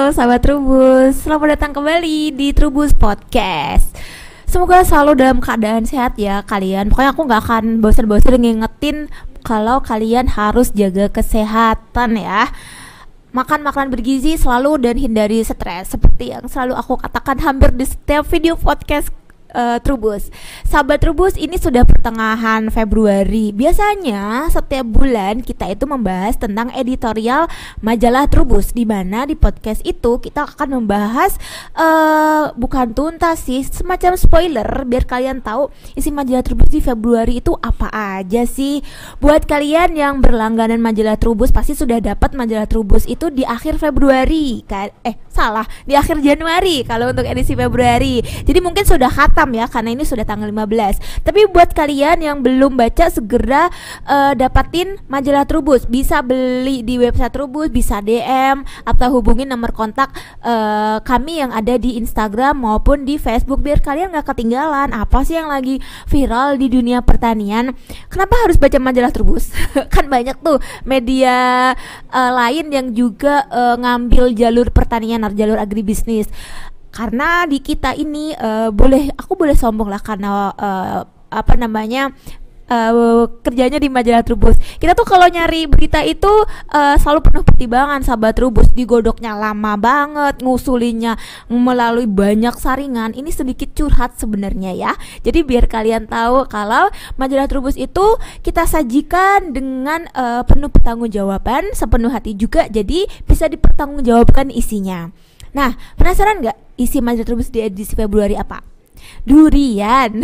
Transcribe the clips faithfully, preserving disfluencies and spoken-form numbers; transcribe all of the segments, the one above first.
Halo sahabat Trubus, selamat datang kembali di Trubus Podcast. Semoga selalu dalam keadaan sehat ya kalian. Pokoknya aku gak akan bosan-bosan ngingetin kalau kalian harus jaga kesehatan ya. Makan makanan bergizi selalu dan hindari stres. Seperti yang selalu aku katakan hampir di setiap video podcast Uh, Trubus. Sahabat Trubus, ini sudah pertengahan Februari. Biasanya setiap bulan kita itu membahas tentang editorial majalah Trubus, di mana di podcast itu kita akan membahas uh, bukan tuntas sih, semacam spoiler biar kalian tahu isi majalah Trubus di Februari itu apa aja sih. Buat kalian yang berlangganan majalah Trubus pasti sudah dapat majalah Trubus itu di akhir Februari kan? Eh salah, di akhir Januari kalau untuk edisi Februari. Jadi mungkin sudah khatam ya, karena ini sudah tanggal lima belas. Tapi buat kalian yang belum baca, segera uh, dapatin majalah Trubus. Bisa beli di website Trubus, bisa D M atau hubungi nomor kontak uh, kami yang ada di Instagram maupun di Facebook, biar kalian gak ketinggalan apa sih yang lagi viral di dunia pertanian. Kenapa harus baca majalah Trubus? Kan banyak tuh media uh, lain yang juga uh, ngambil jalur pertanian atau jalur agribisnis. Karena di kita ini uh, boleh aku boleh sombong lah karena uh, apa namanya uh, kerjanya di majalah Trubus. Kita tuh kalau nyari berita itu uh, selalu penuh pertimbangan sahabat Trubus. Digodoknya lama banget, ngusulinya melalui banyak saringan. Ini sedikit curhat sebenarnya ya. Jadi biar kalian tahu kalau majalah Trubus itu kita sajikan dengan uh, penuh pertanggungjawaban, sepenuh hati juga. Jadi bisa dipertanggungjawabkan isinya. Nah, penasaran gak isi majalah Trubus di edisi Februari apa? Durian.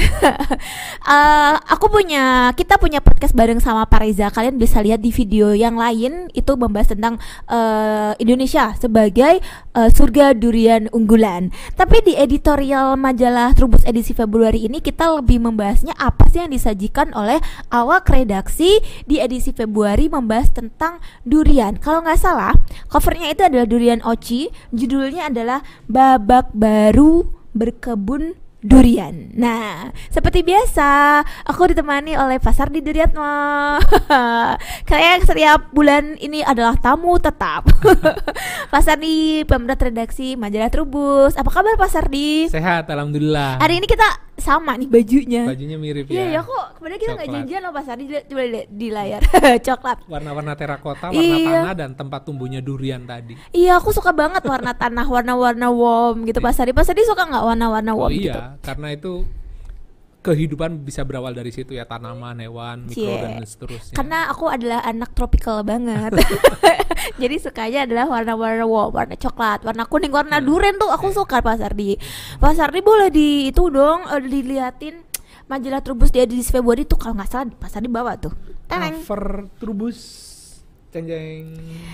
uh, Aku punya, kita punya podcast bareng sama Pak Reza. Kalian bisa lihat di video yang lain, itu membahas tentang uh, Indonesia sebagai uh, surga durian unggulan. Tapi di editorial majalah Trubus edisi Februari ini kita lebih membahasnya apa sih yang disajikan oleh awak redaksi di edisi Februari, membahas tentang durian. Kalau nggak salah covernya itu adalah durian Oci, judulnya adalah Babak Baru Berkebun Durian. Nah, seperti biasa aku ditemani oleh Pak Sardi Duryatmo. Kayak setiap bulan ini adalah tamu tetap. Pak Sardi, pemerhati redaksi majalah Trubus. Apa kabar Pak Sardi? Sehat, alhamdulillah. Hari ini kita sama nih bajunya. Bajunya mirip ya. Iya ya, kok kemudian kita nggak janjian loh Pak Sardi. Coba lihat di layar. Coklat. Warna-warna terakota, warna iya. tanah dan tempat tumbuhnya durian tadi. Iya, aku suka banget warna tanah, warna-warna warm gitu Pak Sardi. Pak Sardi suka nggak warna-warna warm oh, iya. gitu? Karena itu kehidupan bisa berawal dari situ ya, tanaman, hewan, mikro Cie. dan seterusnya. Karena aku adalah anak tropical banget. Jadi sukanya adalah warna-warna warm, warna coklat, warna kuning, warna hmm. durian tuh aku suka Pak Sardi. Pak Sardi boleh di itu dong uh, diliatin majalah Trubus di edisi Februari tuh, kalau nggak salah Pak Sardi bawa tuh. Teneng. Cover Trubus, jeng-jeng.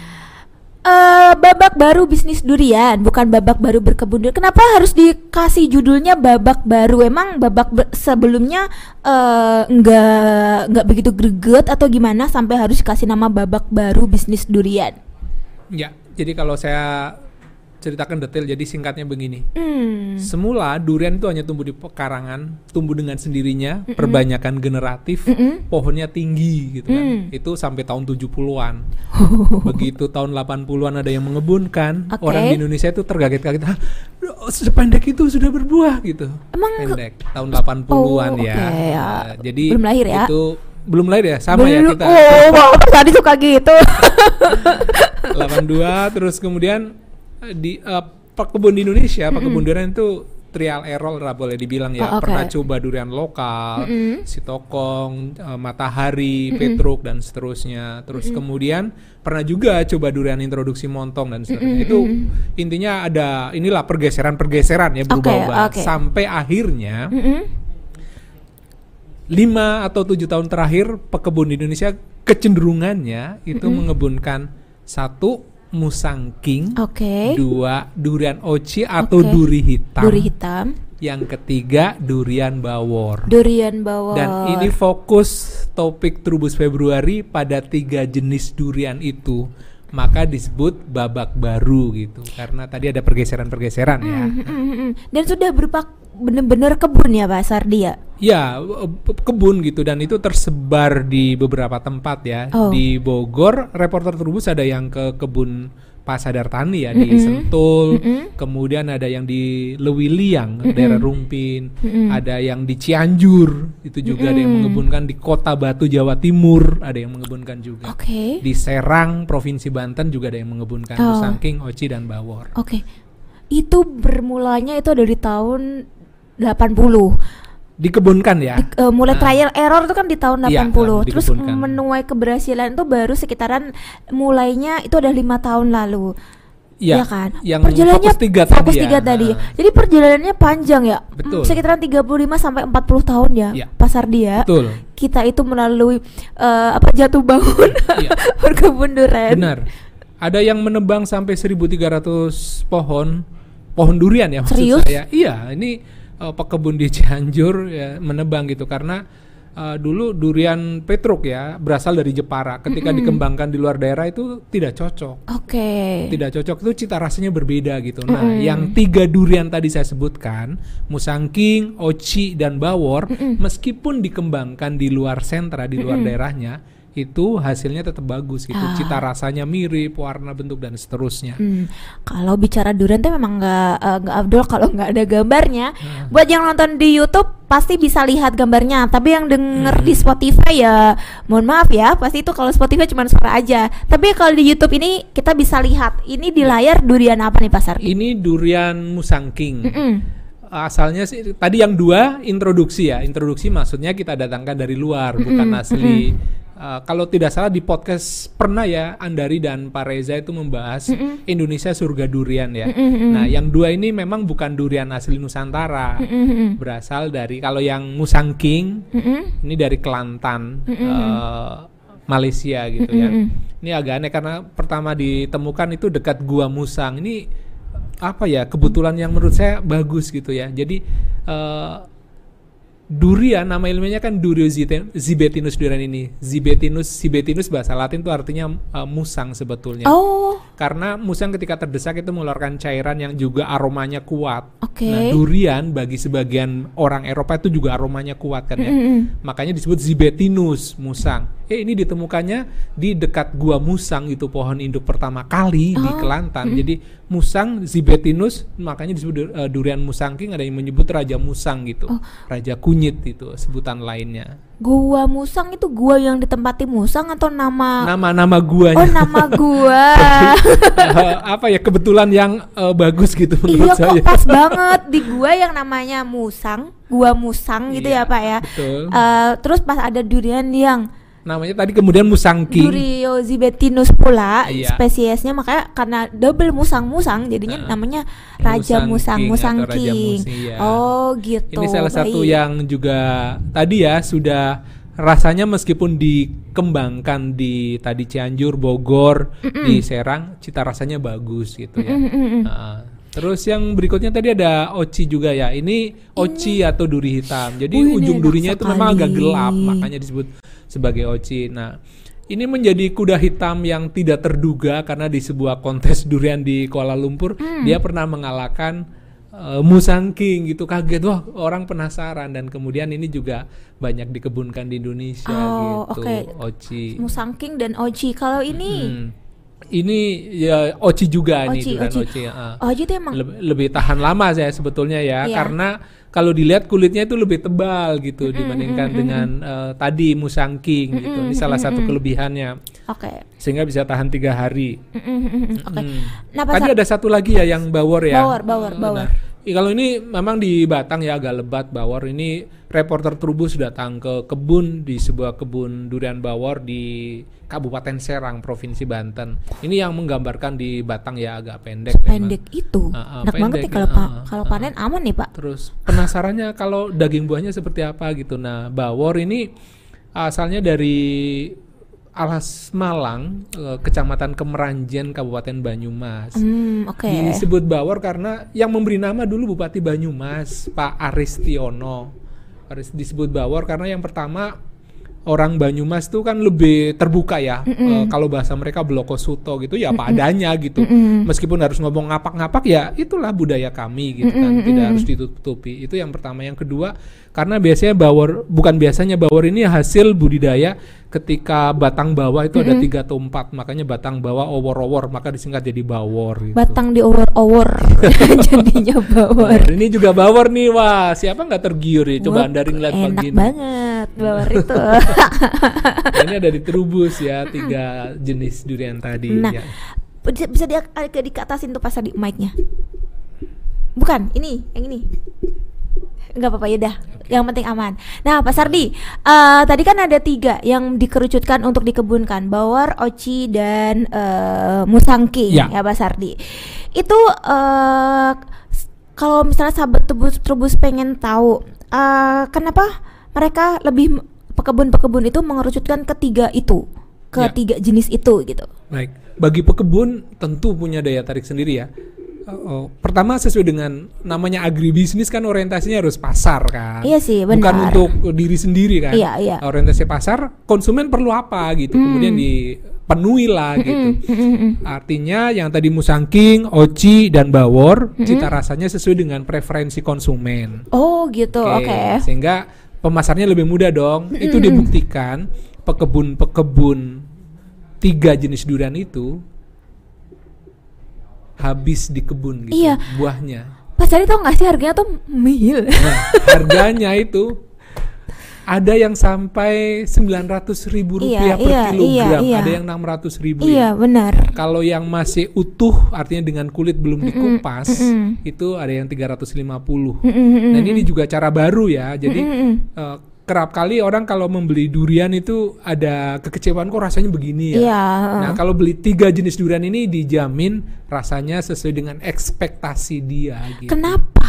Uh, babak baru bisnis durian, bukan babak baru berkebun durian. Kenapa harus dikasih judulnya babak baru? Emang babak be- sebelumnya uh, nggak nggak begitu greget atau gimana sampai harus dikasih nama babak baru bisnis durian? Ya, jadi kalau saya ceritakan detail, jadi singkatnya begini. Hmm. Semula durian itu hanya tumbuh di pekarangan, tumbuh dengan sendirinya, Mm-mm. perbanyakan generatif, Mm-mm. pohonnya tinggi gitu kan. Mm. Itu sampai tahun tujuh puluhan. Begitu tahun delapan puluhan ada yang mengebunkan, okay. Orang di Indonesia itu terkaget-kaget, "Hah, sependek itu sudah berbuah?" gitu. Emang pendek, tahun delapan puluhan oh, ya. Okay, ya. Uh, jadi belum lahir ya. Itu belum lahir ya, sama belum, ya kita. Oh, wow, tadi suka gitu. delapan puluh dua terus kemudian di uh, pekebun di Indonesia, mm-hmm. pekebun durian itu trial error lah boleh dibilang ya. Oh, okay. Pernah coba durian lokal, mm-hmm. Sitokong, uh, Matahari, mm-hmm. Petruk dan seterusnya. Terus mm-hmm. kemudian pernah juga coba durian introduksi Montong dan seterusnya. Mm-hmm. Itu intinya ada inilah pergeseran-pergeseran ya, berubah-ubah okay, okay. sampai akhirnya mm-hmm. lima atau tujuh tahun terakhir pekebun di Indonesia kecenderungannya itu mm-hmm. mengebunkan satu Musang King, okay. dua durian Oci atau okay. duri hitam, duri hitam, yang ketiga durian bawor. Durian bawor. Dan ini fokus topik Trubus Februari pada tiga jenis durian itu, maka disebut babak baru gitu, karena tadi ada pergeseran-pergeseran mm, ya. Mm, mm, mm. Dan sudah berupa benar-benar kebun ya Pak Sardi ya? Ya, kebun gitu, dan itu tersebar di beberapa tempat ya. Oh. Di Bogor, reporter Trubus ada yang ke kebun Pasadar Tani ya, Mm-mm. di Sentul, Mm-mm. kemudian ada yang di Lewiliang, Mm-mm. daerah Rumpin, Mm-mm. ada yang di Cianjur, itu juga Mm-mm. ada yang mengebunkan, di Kota Batu Jawa Timur ada yang mengebunkan juga. Oke. Di Serang Provinsi Banten juga ada yang mengebunkan Oh. musangking, oci dan bawor. Oke. Itu bermulanya itu dari tahun delapan puluh. Dikebunkan ya. Di- uh, mulai Nah. trial error itu kan di tahun Iya, delapan puluh. uh, Terus dikebunkan. menuai keberhasilan itu baru sekitaran mulainya itu ada lima tahun lalu. Iya, Ya kan? yang Perjalanannya fokus tiga fokus tadi tiga ya. tadi. Ah. Jadi perjalanannya panjang ya. Betul. Mm, sekitaran tiga puluh lima sampai empat puluh tahun ya. Iya. Pasar dia. Betul. Kita itu melalui uh, apa jatuh bangun Iya. berkebun durian. Benar. Ada yang menebang sampai seribu tiga ratus pohon pohon durian ya maksud Serius? saya. Iya, ini uh, pekebun di Cianjur ya, menebang gitu karena uh, dulu durian petruk ya berasal dari Jepara. Ketika Mm-mm. dikembangkan di luar daerah itu tidak cocok. Oke. Tidak cocok itu cita rasanya berbeda gitu. Nah, Mm-mm. yang tiga durian tadi saya sebutkan, musangking, oci dan bawor, Mm-mm. meskipun dikembangkan di luar sentra, di luar Mm-mm. daerahnya, itu hasilnya tetap bagus gitu. Ah. Cita rasanya mirip, warna, bentuk dan seterusnya. Hmm, kalau bicara durian tuh memang nggak eh, nggak afdol kalau nggak ada gambarnya. Nah. Buat yang nonton di YouTube pasti bisa lihat gambarnya. Tapi yang denger Hmm. di Spotify ya, mohon maaf ya. Pasti itu kalau Spotify cuma suara aja. Tapi kalau di YouTube ini kita bisa lihat. Ini di layar durian apa nih Pasar? Ini durian musangking. Mm-mm. Asalnya sih tadi yang dua introduksi ya. Introduksi maksudnya kita datangkan dari luar, bukan Mm-mm, asli. Uh, kalau tidak salah di podcast pernah ya Andari dan Pak Reza itu membahas Mm-mm. Indonesia surga durian ya. Mm-mm. Nah, yang dua ini memang bukan durian asli Nusantara. Mm-mm. Berasal dari kalau yang musangking Mm-mm. ini dari Kelantan, Mm-mm. uh, Malaysia gitu ya. Mm-mm. Ini agak aneh karena pertama ditemukan itu dekat Gua Musang. Ini apa ya, kebetulan yang menurut saya bagus gitu ya. Jadi uh, durian nama ilmiahnya kan Durio zite- zibetinus durian ini. Zibetinus, zibetinus bahasa Latin itu artinya uh, musang sebetulnya. Oh, Karena musang ketika terdesak itu mengeluarkan cairan yang juga aromanya kuat. oke. Nah, durian bagi sebagian orang Eropa itu juga aromanya kuat kan ya. Mm-mm. Makanya disebut zibetinus musang. Eh ini ditemukannya di dekat Gua Musang itu pohon induk pertama kali di Oh, Kelantan. mm. Jadi musang zibetinus makanya disebut du- uh, durian musangking, ada yang menyebut raja musang gitu. Oh. Raja kunyit itu sebutan lainnya. Gua Musang itu gua yang ditempati musang atau nama? Nama-nama guanya. Oh, nama gua. Uh, apa ya kebetulan yang uh, bagus gitu menurut Iya saya. kok pas banget di gua yang namanya Musang, gua Musang gitu Iya, ya Pak ya. betul. Eh, terus pas ada durian yang Namanya tadi kemudian musangking. Durio zibetinus pula Iya. spesiesnya, makanya karena double musang-musang jadinya Uh, namanya Raja musangking Musang, atau Raja Musangking. Musi, ya. Oh gitu. Ini salah satu baik. yang juga tadi ya sudah rasanya meskipun dikembangkan di tadi Cianjur, Bogor, di Serang, cita rasanya bagus gitu ya. Mm-mm-mm. Nah, terus yang berikutnya tadi ada oci juga ya. Ini oci atau duri hitam. Jadi Wih, ini ujung enak durinya itu memang agak sekali. gelap, makanya disebut sebagai oci. Nah, ini menjadi kuda hitam yang tidak terduga karena di sebuah kontes durian di Kuala Lumpur Hmm. dia pernah mengalahkan uh, musangking gitu. Kaget, wah orang penasaran, dan kemudian ini juga banyak dikebunkan di Indonesia Oh, gitu. oke. Oci. Musangking dan Oji. Kalau ini Hmm. Ini ya oci juga nih Oci, durian Oci. oci. ah. Oji itu emang Lebih, lebih tahan lama saya sebetulnya ya, Iya. karena kalau dilihat kulitnya itu lebih tebal gitu Mm-mm, dibandingkan mm-mm, dengan eh, tadi musangking gitu. Ini Mm-mm, salah satu mm-mm. kelebihannya, oke. sehingga bisa tahan tiga hari. Mm-mm-mm, Oke. Hmm. Nah, Tadi Pasar- ada satu lagi ya yang bawor ya. Bawor, bawor, Eh, bawor. nah, i- kalau ini memang di Batang ya agak lebat bawor. Ini reporter Trubus datang ke kebun, di sebuah kebun durian bawor di Kabupaten Serang, Provinsi Banten. Ini yang menggambarkan di Batang ya agak pendek. memang. Pendek itu. Ah, ah, Enak banget pendek nih kalau ya, pa- ah, kalau ah. panen aman nih, Pak. Terus penasarannya kalau daging buahnya seperti apa gitu. Nah, bawor ini asalnya dari Alas Malang, eh, Kecamatan Kemeranjen, Kabupaten Banyumas. Hmm, oke. Disebut bawor karena yang memberi nama dulu Bupati Banyumas, Pak Aristiono. Aris disebut bawor karena yang pertama orang Banyumas tuh kan lebih terbuka ya. Eh, kalau bahasa mereka blokosuto gitu ya apa adanya gitu. Mm-mm. Meskipun harus ngomong ngapak-ngapak ya itulah budaya kami gitu kan. Mm-mm, Tidak mm-mm. harus ditutupi. Itu yang pertama. Yang kedua karena biasanya bawor, bukan biasanya bawor ini hasil budidaya ketika batang bawah itu mm-hmm. ada tiga atau empat, makanya batang bawah owor-owor, maka disingkat jadi bawor gitu. Batang di owor-owor jadinya bawor. Nah, ini juga bawor nih, wah siapa nggak tergiur ya, coba Anda ngeliat enak begini. banget bawor itu. Nah, ini ada di Trubus ya, tiga jenis durian tadi. Nah, ya. bisa di, dikatasin tuh pas tadi mic-nya. Bukan, ini, yang ini. Enggak apa-apa ya dah, okay. Yang penting aman. Nah Pak Sardi, uh, tadi kan ada tiga yang dikerucutkan untuk dikebunkan, bawor, oci, dan uh, musangking ya. Ya Pak Sardi. Itu uh, kalau misalnya sahabat Trubus, Trubus pengen tahu uh, kenapa mereka lebih pekebun-pekebun itu mengerucutkan ketiga itu, ketiga ya. Jenis itu gitu. Baik, bagi pekebun tentu punya daya tarik sendiri ya. Oh, pertama sesuai dengan namanya agribisnis kan orientasinya harus pasar kan. Iya sih, benar. Bukan untuk diri sendiri kan. Iya, iya. Orientasi pasar, konsumen perlu apa gitu, hmm. kemudian dipenuhi lah gitu. Hmm. Artinya yang tadi musangking, oci dan bawor, hmm. cita rasanya sesuai dengan preferensi konsumen. Oh gitu, oke. Okay. Okay. Sehingga pemasarnya lebih mudah dong. Hmm. Itu dibuktikan pekebun-pekebun tiga jenis durian itu habis di kebun gitu, iya. Buahnya. Pas tadi tau gak sih harganya tuh mil. Nah, harganya itu ada yang sampai sembilan ratus ribu rupiah iya, per iya, kilogram, iya, iya. ada yang enam ratus ribu. Iya, ya. Benar. Kalau yang masih utuh, artinya dengan kulit belum dikupas, mm-mm. itu ada yang tiga ratus lima puluh. Mm-mm. Nah, ini juga cara baru ya. Jadi uh, kerap kali orang kalau membeli durian itu ada kekecewaan, kok rasanya begini ya. Iya. Nah kalau beli tiga jenis durian ini dijamin rasanya sesuai dengan ekspektasi dia. Gitu. Kenapa?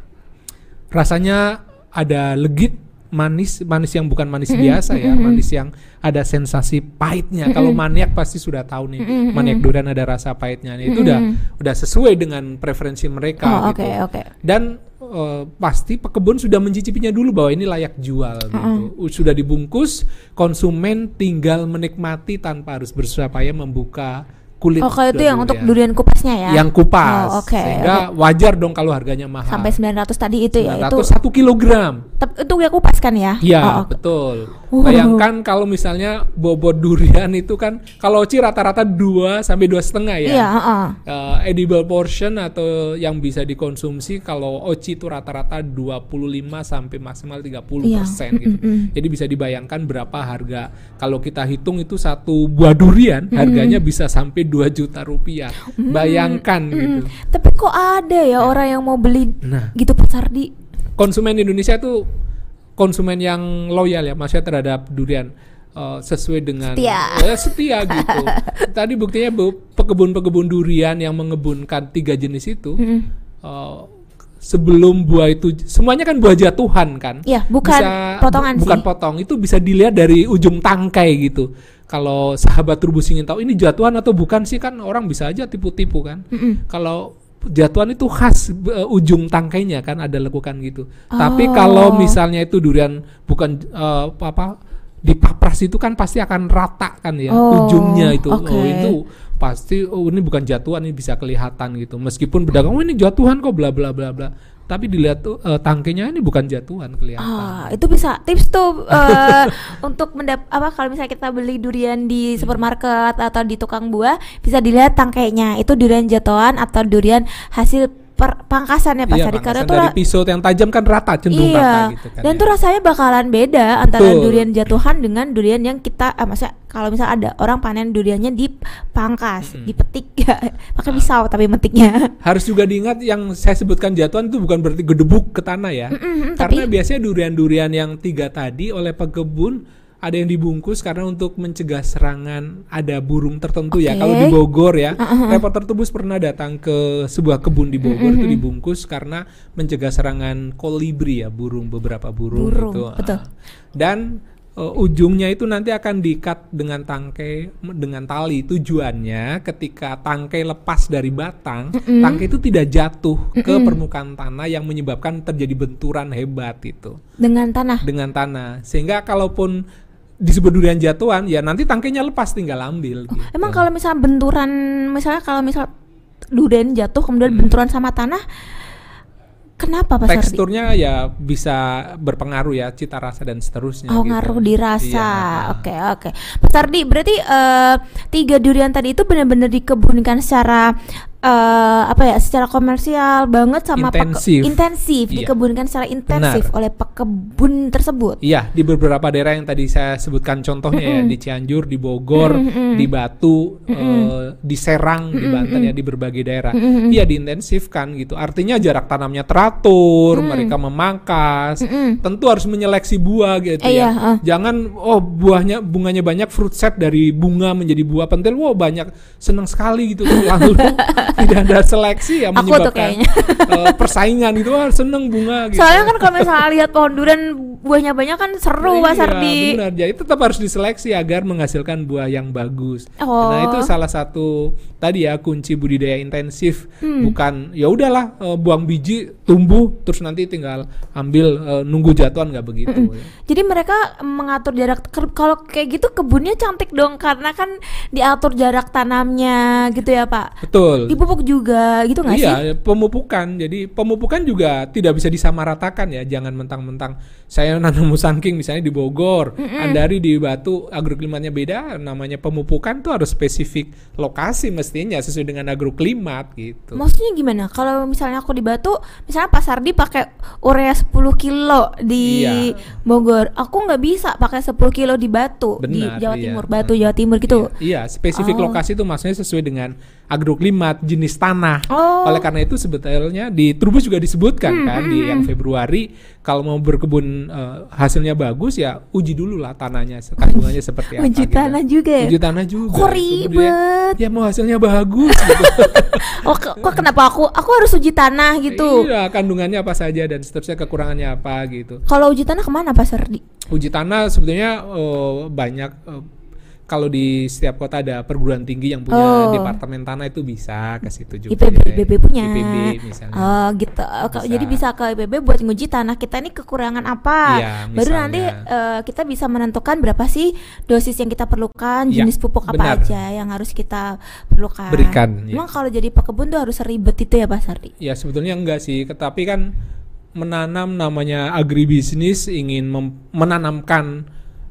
Rasanya ada legit, manis, manis yang bukan manis mm-hmm. biasa ya, mm-hmm. manis yang ada sensasi pahitnya. Mm-hmm. Kalau maniak pasti sudah tahu nih, mm-hmm. maniak durian ada rasa pahitnya. Nih, itu mm-hmm. udah udah sesuai dengan preferensi mereka. Oh, gitu. Okay, okay. Dan Uh, pasti pekebun sudah mencicipinya dulu bahwa ini layak jual gitu. Uh-uh. Sudah dibungkus, konsumen tinggal menikmati tanpa harus bersusah payah membuka kulit. Oh, kalau itu yang untuk durian kupasnya ya? Yang kupas. Oh, okay, sehingga okay. wajar dong kalau harganya mahal. Sampai sembilan ratus tadi itu ya? sembilan ratus satu kilogram. Itu yang kupas kan ya? Iya, oh, okay. betul. Uh. Bayangkan kalau misalnya bobot durian itu kan, kalau oci rata-rata dua sampai dua setengah ya. Iya, uh-uh. uh, edible portion atau yang bisa dikonsumsi kalau oci itu rata-rata dua puluh lima sampai maksimal tiga puluh persen iya. gitu. Mm-mm. Jadi bisa dibayangkan berapa harga. Kalau kita hitung itu satu buah durian mm-mm. harganya bisa sampai dua juta rupiah. Mm-mm. Bayangkan mm-mm. gitu. Tapi kok ada ya nah. orang yang mau beli nah. gitu Pak Sardi? Konsumen Indonesia tuh konsumen yang loyal ya, maksudnya terhadap durian uh, sesuai dengan setia, uh, setia gitu. Tadi buktinya bu, pekebun-pekebun durian yang mengebunkan tiga jenis itu mm-hmm. uh, sebelum buah itu semuanya kan buah jatuhan kan? Iya, bukan bisa, potongan bu, bukan sih. potong, itu bisa dilihat dari ujung tangkai gitu. Kalau sahabat Trubus ingin tahu ini jatuhan atau bukan sih, kan orang bisa aja tipu-tipu kan? Mm-hmm. Kalau jatuhan itu khas uh, ujung tangkainya kan ada lekukan gitu. Oh. Tapi kalau misalnya itu durian bukan uh, apa dipapras itu kan pasti akan rata kan ya oh. ujungnya itu. Okay. Oh itu pasti oh ini bukan jatuhan, ini bisa kelihatan gitu. Meskipun pedagang oh ini jatuhan kok bla bla bla bla. Tapi dilihat tuh uh, tangkainya ini bukan jatuhan kelihatan. Ah, itu bisa tips tuh uh, untuk mendap apa kalau misalnya kita beli durian di supermarket atau di tukang buah bisa dilihat tangkainya itu durian jatuhan atau durian hasil per, pangkasan ya Pak iya, Sardi, karena tuh dari pisau yang tajam kan rata cenderung iya, rata gitu kan. Dan ya. tuh rasanya bakalan beda antara Betul. durian jatuhan dengan durian yang kita eh, maksudnya kalau misal ada orang panen duriannya dipangkas, mm-hmm. dipetik ya, pakai pisau tapi metiknya. Harus juga diingat yang saya sebutkan jatuhan itu bukan berarti gedebuk ke tanah ya. Mm-hmm, karena tapi, biasanya durian-durian yang tiga tadi oleh pekebun ada yang dibungkus karena untuk mencegah serangan ada burung tertentu okay. ya. Kalau di Bogor ya, uh-huh. reporter Trubus pernah datang ke sebuah kebun di Bogor, uh-huh. itu dibungkus karena mencegah serangan kolibri ya, burung beberapa burung, burung itu. Betul. Dan uh, ujungnya itu nanti akan diikat dengan tangkai dengan tali. Tujuannya ketika tangkai lepas dari batang, uh-huh. tangkai itu tidak jatuh uh-huh. ke permukaan tanah yang menyebabkan terjadi benturan hebat itu. Dengan tanah. Dengan tanah. Sehingga kalaupun disebut durian jatuhan ya nanti tangkainya lepas tinggal ambil gitu. Emang kalau misal benturan misalnya kalau misal durian jatuh kemudian hmm. benturan sama tanah Kenapa Pak Sardi? Teksturnya ya bisa berpengaruh ya, cita rasa dan seterusnya. Oh, gitu. ngaruh di rasa. Iya. Oke, oke. Pak Sardi, berarti uh, tiga durian tadi itu benar-benar dikebunkan secara uh, apa ya? Secara komersial banget sama intensif, peke- intensif iya. dikebunkan secara intensif Benar. oleh pekebun tersebut. Iya, di beberapa daerah yang tadi saya sebutkan contohnya mm-hmm. ya, di Cianjur, di Bogor, mm-hmm. di Batu, mm-hmm. uh, di Serang, mm-hmm. di Banten ya, di berbagai daerah. Mm-hmm. Iya, diintensifkan gitu. Artinya jarak tanamnya teratur, mm-hmm. mereka memangkas. Mm-hmm. Tentu harus menyeleksi buah gitu eh, ya. Iya, uh. Jangan oh buahnya bunganya banyak, fruit set dari bunga menjadi buah pentil. Wow, banyak, senang sekali gitu. Lalu tidak ada seleksi ya, menyebabkan uh, persaingan gitu. Wah, seneng bunga gitu. Soalnya kan kalau misalnya lihat pohon durian buahnya banyak kan seru Pak Sardi. Iya, benar. Jadi tetap harus diseleksi agar menghasilkan buah yang bagus. Oh. Nah, itu salah satu tadi ya kunci budidaya intensif. Hmm. Bukan ya udahlah uh, buang biji, tumbuh terus nanti tinggal ambil uh, nunggu jatuhan, nggak begitu. Mm-mm. Ya. Jadi mereka mengatur jarak, kalau kayak gitu kebunnya cantik dong karena kan diatur jarak tanamnya gitu ya Pak. Betul. Dipupuk juga gitu nggak iya, sih? Iya, pemupukan. Jadi pemupukan juga tidak bisa disamaratakan ya. Jangan mentang-mentang saya nanam musangking misalnya di Bogor, Mm-mm. Andari di Batu, agroklimatnya beda. Namanya pemupukan tuh harus spesifik lokasi mestinya sesuai dengan agroklimat gitu. Maksudnya gimana? Kalau misalnya aku di Batu, misalnya Pak Sardi pakai urea sepuluh kilo di iya. Bogor, aku nggak bisa pakai sepuluh kilo di Batu. Benar, di Jawa iya. Timur, Batu Jawa Timur gitu. Iya, iya. Spesifik oh. lokasi itu maksudnya sesuai dengan agroklimat, jenis tanah. Oh. Oleh karena itu sebetulnya di Trubus juga disebutkan hmm, kan hmm. di yang Februari kalau mau berkebun uh, hasilnya bagus ya uji dulu lah tanahnya, kandungannya seperti apa. Uji gitu. tanah juga ya? Uji tanah juga. Kok ribet? Ya mau hasilnya bagus gitu. Oh, kok kenapa aku aku harus uji tanah gitu? Iya, kandungannya apa saja dan seterusnya, kekurangannya apa gitu. Kalau uji tanah kemana Pak Sardi? Uji tanah sebetulnya uh, banyak uh, kalau di setiap kota ada perguruan tinggi yang punya oh. departemen tanah itu bisa ke situ juga. I P B, ya. I P B punya. I P B misalnya. Oh gitu. Bisa. Jadi bisa ke I P B buat nguji tanah kita ini kekurangan apa. Iya, baru nanti uh, kita bisa menentukan berapa sih dosis yang kita perlukan, jenis ya, pupuk apa benar. aja yang harus kita perlukan. Berikan. Emang ya. kalau jadi pekebun tuh harus ribet itu ya Pak Sardi? Ya sebetulnya enggak sih, tetapi kan menanam namanya agribisnis, ingin mem- menanamkan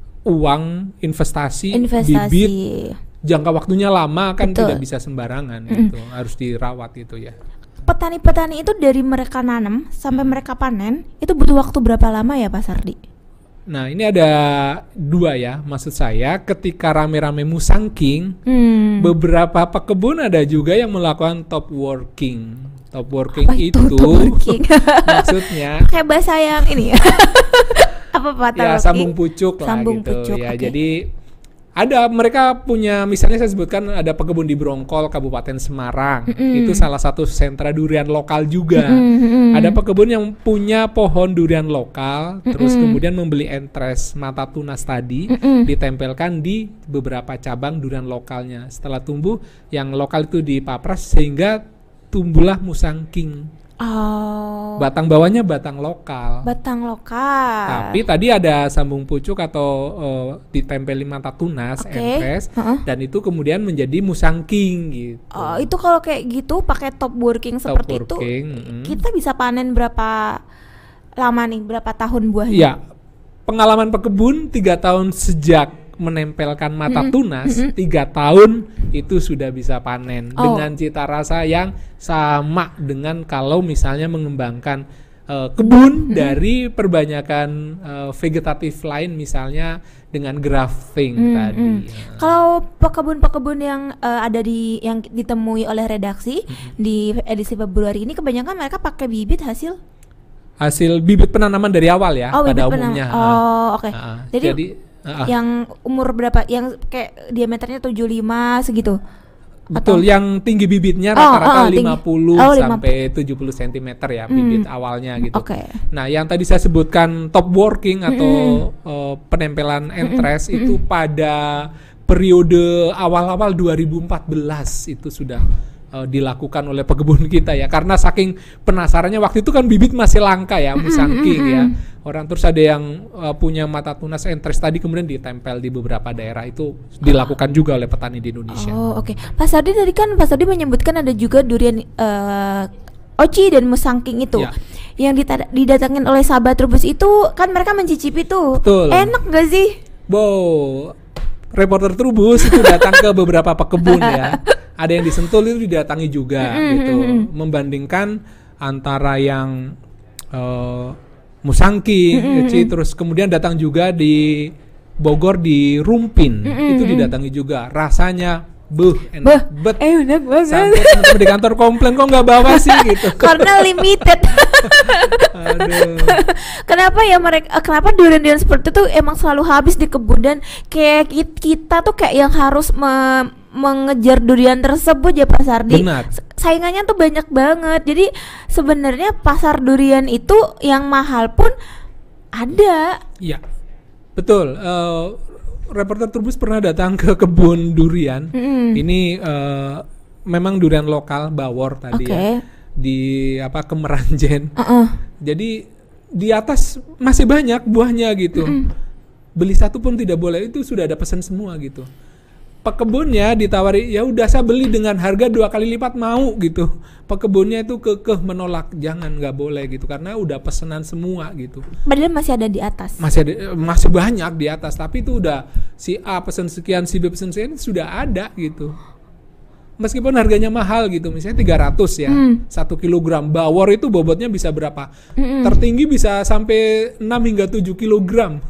uang, investasi, investasi, bibit, jangka waktunya lama kan. Betul. Tidak bisa sembarangan mm. gitu, harus dirawat gitu ya. Petani-petani itu dari mereka nanam sampai mereka panen itu butuh waktu berapa lama ya Pak Sardi? Nah ini ada dua ya, maksud saya ketika rame-rame musangking, hmm. beberapa pekebun ada juga yang melakukan top working. Top working apa itu, itu top working? maksudnya kayak bahasa yang ini apa Pak? Ya sambung pucuk lah sambung gitu pucuk, ya. Okay. Jadi ada mereka punya, misalnya saya sebutkan ada pekebun di Brongkol Kabupaten Semarang, mm-hmm. itu salah satu sentra durian lokal juga. Mm-hmm. Ada pekebun yang punya pohon durian lokal, mm-hmm. terus kemudian membeli entres mata tunas tadi, mm-hmm. ditempelkan di beberapa cabang durian lokalnya. Setelah tumbuh yang lokal itu dipapras sehingga tumbuhlah musangking. Oh. Batang bawahnya batang lokal. Batang lokal. Tapi tadi ada sambung pucuk atau uh, ditempeli mata tunas, okay. entres, uh-uh. dan itu kemudian menjadi musangking gitu. Oh, itu kalau kayak gitu pakai top working top seperti working, itu, mm. kita bisa panen berapa lama nih? Berapa tahun buahnya? Iya. Pengalaman pekebun tiga tahun sejak menempelkan mata mm-hmm. tunas, mm-hmm. tiga tahun itu sudah bisa panen oh. dengan cita rasa yang sama dengan kalau misalnya mengembangkan uh, kebun mm-hmm. dari perbanyakan uh, vegetatif lain, misalnya dengan grafting mm-hmm. tadi. Kalau pekebun-pekebun yang uh, ada di yang ditemui oleh redaksi mm-hmm. di edisi Februari ini, kebanyakan mereka pakai bibit hasil hasil bibit penanaman dari awal ya oh, pada umumnya. Oh, oke. Okay. Uh, jadi, jadi Uh-uh. yang umur berapa, yang kayak diameternya tujuh puluh lima segitu? Betul, atau? Yang tinggi bibitnya rata-rata oh, oh, lima puluh oh, sampai tujuh puluh sentimeter ya, bibit hmm. awalnya gitu. Okay. Nah, yang tadi saya sebutkan top working atau mm-hmm. uh, penempelan entres mm-hmm. itu pada periode awal-awal dua ribu empat belas itu sudah Uh, dilakukan oleh pekebun kita ya, karena saking penasarannya waktu itu kan bibit masih langka ya, musangking ya. Orang terus ada yang uh, punya mata tunas entres tadi kemudian ditempel di beberapa daerah, itu dilakukan juga oleh petani di Indonesia. Oh oke, okay. Pak Sardi tadi kan Pak Sardi menyebutkan ada juga durian uh, oci dan musangking itu. Ya. yang dita- didatangin oleh sahabat Trubus itu kan mereka mencicipi tuh. Betul. Enak gak sih? Wow, reporter Trubus itu datang ke beberapa pekebun ya. Ada yang di Sentul itu didatangi juga mm-hmm. gitu. Membandingkan antara yang uh, Musangking, mm-hmm. terus kemudian datang juga di Bogor di Rumpin, mm-hmm. itu didatangi juga. Rasanya buh, enak bet. Eh, enak banget. Sampai teman-teman di kantor komplain kok nggak bawa sih gitu. Karena limited. Aduh. Kenapa ya mereka? Kenapa durian-durian seperti itu emang selalu habis di kebun dan kayak kita tuh kayak yang harus me- mengejar durian tersebut ya Pak Sardi. Benar. Saingannya tuh banyak banget. Jadi sebenarnya pasar durian itu yang mahal pun ada. Iya. Betul. Uh, reporter Trubus pernah datang ke kebun durian. Mm-hmm. Ini uh, memang durian lokal Bawor tadi okay. ya. Di apa Kemeranjen. Uh-uh. Jadi di atas masih banyak buahnya gitu. Mm-hmm. Beli satu pun tidak boleh, itu sudah ada pesan semua gitu. Pekebunnya ditawari, ya udah saya beli dengan harga dua kali lipat mau gitu. Pekebunnya itu kekeh menolak, jangan, nggak boleh gitu karena udah pesanan semua gitu. Padahal masih ada di atas. Masih ada, masih banyak di atas, tapi itu udah si A pesan sekian, si B pesan sekian, sudah ada gitu. Meskipun harganya mahal gitu, misalnya tiga ratus ya, hmm. satu kilogram Bawor itu bobotnya bisa berapa? Hmm. Tertinggi bisa sampai enam hingga tujuh kilogram.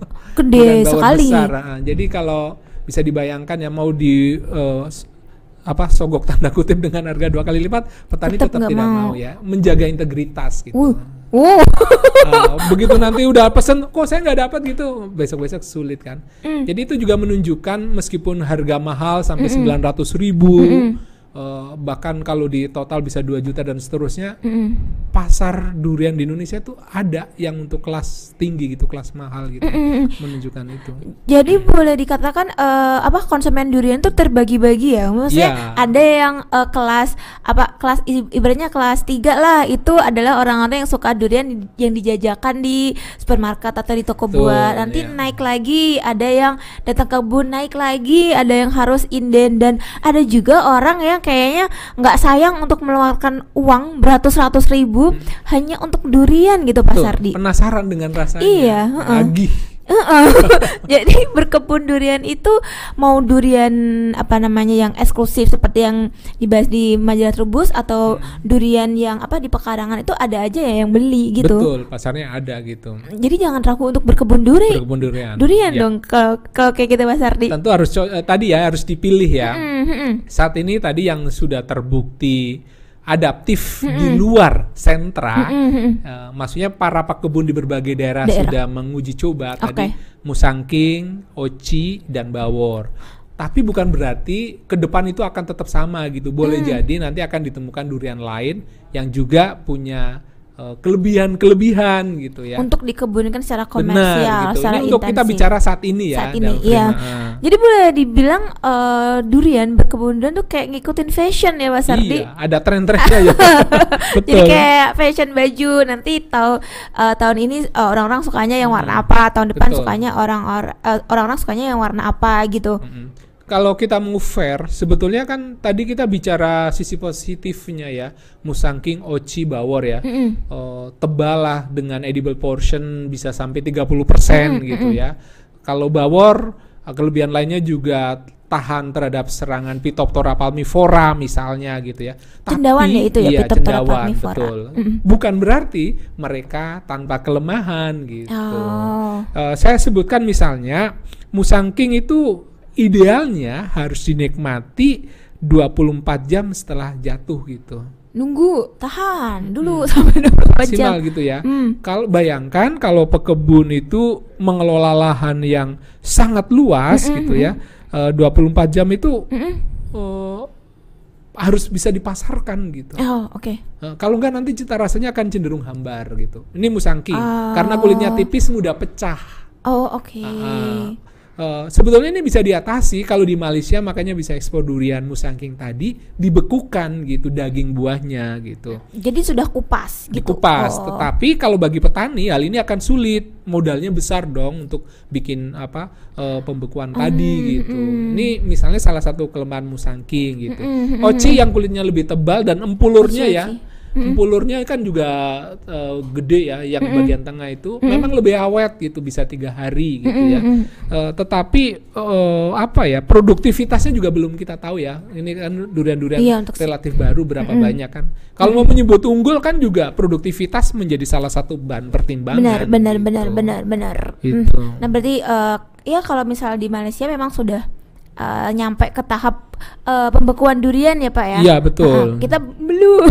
Gede sekali. Besar. Nah, jadi kalau bisa dibayangkan ya mau di uh, apa sogok tanda kutip dengan harga dua kali lipat, petani tetap, tetap tidak mau. mau ya, menjaga integritas gitu. Uh. Uh. uh, begitu nanti udah pesen, kok saya nggak dapat gitu, besok-besok sulit kan. Mm. Jadi itu juga menunjukkan meskipun harga mahal sampai mm-mm. sembilan ratus ribu, mm-mm. Uh, bahkan kalau di total bisa dua juta dan seterusnya, mm-mm. pasar durian di Indonesia tuh ada yang untuk kelas tinggi gitu, kelas mahal gitu, mm-mm. menunjukkan itu. Jadi mm. boleh dikatakan uh, apa konsumen durian tuh terbagi-bagi ya, maksudnya yeah. ada yang uh, kelas apa kelas ibaratnya kelas tiga lah, itu adalah orang-orang yang suka durian yang dijajakan di supermarket atau di toko buah. Nanti yeah. naik lagi, ada yang datang ke kebun naik lagi, ada yang harus inden, dan ada juga orang yang kayaknya nggak sayang untuk mengeluarkan uang beratus-ratus ribu hmm. hanya untuk durian gitu Pak Sardi. Penasaran dengan rasanya. Iya. Uh-uh. Lagi. Uh-uh. Jadi berkebun durian itu mau durian apa namanya yang eksklusif seperti yang dibahas di majalah Trubus atau hmm. durian yang apa di pekarangan itu ada aja ya yang beli gitu. Betul, pasarnya ada gitu. Jadi jangan ragu untuk berkebun duri. Berkebun durian. Durian ya. dong kalau kalau kayak gitu Mas Sardi. Tentu harus co- eh, tadi ya harus dipilih ya. Mm-hmm. Saat ini tadi yang sudah terbukti adaptif mm-hmm. di luar sentra, mm-hmm. uh, maksudnya para pekebun di berbagai daerah, daerah. sudah menguji coba okay. tadi Musangking, Oci, dan Bawor. Tapi bukan berarti ke depan itu akan tetap sama gitu. Boleh mm. jadi nanti akan ditemukan durian lain yang juga punya uh, kelebihan-kelebihan gitu ya. Untuk dikebunkan secara komersial, Benar, gitu. secara ini untuk kita bicara saat ini ya. Saat ini, iya. Uh. Jadi boleh dibilang uh, durian berkebun durian tuh kayak ngikutin fashion ya Mas Sardi. Iya, ada tren-trennya ya. Betul. Jadi kayak fashion baju, nanti tahu uh, tahun ini uh, orang-orang sukanya yang warna apa, tahun depan Betul. sukanya orang-orang uh, orang-orang sukanya yang warna apa gitu. Mm-hmm. Kalau kita mau fair, sebetulnya kan tadi kita bicara sisi positifnya ya, Musangking, Oci, Bawor ya, mm-hmm. uh, tebal lah dengan edible portion bisa sampai tiga puluh persen mm-hmm. gitu ya. Kalau Bawor, kelebihan lainnya juga tahan terhadap serangan Phytophthora palmivora misalnya gitu ya. Cendawan Tapi, ya itu ya, iya, Phytophthora cendawan, palmivora. Betul. Mm-hmm. Bukan berarti mereka tanpa kelemahan gitu. Oh. Uh, saya sebutkan misalnya Musangking itu idealnya harus dinikmati dua puluh empat jam setelah jatuh gitu. Nunggu, tahan dulu hmm. sampai dua puluh empat jam. Maksimal gitu ya. Hmm. Kalau bayangkan kalau pekebun itu mengelola lahan yang sangat luas mm-hmm. gitu ya, uh, dua puluh empat jam itu mm-hmm. uh, harus bisa dipasarkan gitu. Oh, oke. Okay. Uh, kalau enggak nanti cita rasanya akan cenderung hambar gitu. Ini Musangking oh. karena kulitnya tipis mudah pecah. Oh, oke. Okay. Uh, uh, Uh, sebetulnya ini bisa diatasi kalau di Malaysia, makanya bisa ekspor durian Musangking tadi dibekukan gitu daging buahnya gitu. Jadi sudah kupas gitu. Dikupas, oh. tetapi kalau bagi petani hal ini akan sulit, modalnya besar dong untuk bikin apa uh, pembekuan mm, tadi gitu. Mm. Ini misalnya salah satu kelemahan Musangking gitu. Mm, mm, mm, Oci yang kulitnya lebih tebal dan empulurnya Oci, ya. Oci. Mm-mm. Empulurnya kan juga uh, gede ya, yang Mm-mm. bagian tengah itu Mm-mm. memang lebih awet gitu, bisa tiga hari gitu ya. Mm-mm. Uh, tetapi uh, apa ya, produktivitasnya juga belum kita tahu ya. Ini kan durian-durian Iya, untuk- relatif baru berapa Mm-mm. banyak kan. Kalau mau menyebut unggul kan juga produktivitas menjadi salah satu bahan pertimbangan. Benar, benar, gitu. benar, benar, benar. Gitu. Hmm. Nah berarti uh, ya kalau misalnya di Malaysia memang sudah uh, nyampe ke tahap uh, pembekuan durian ya Pak ya? Iya, betul. Uh, kita belum,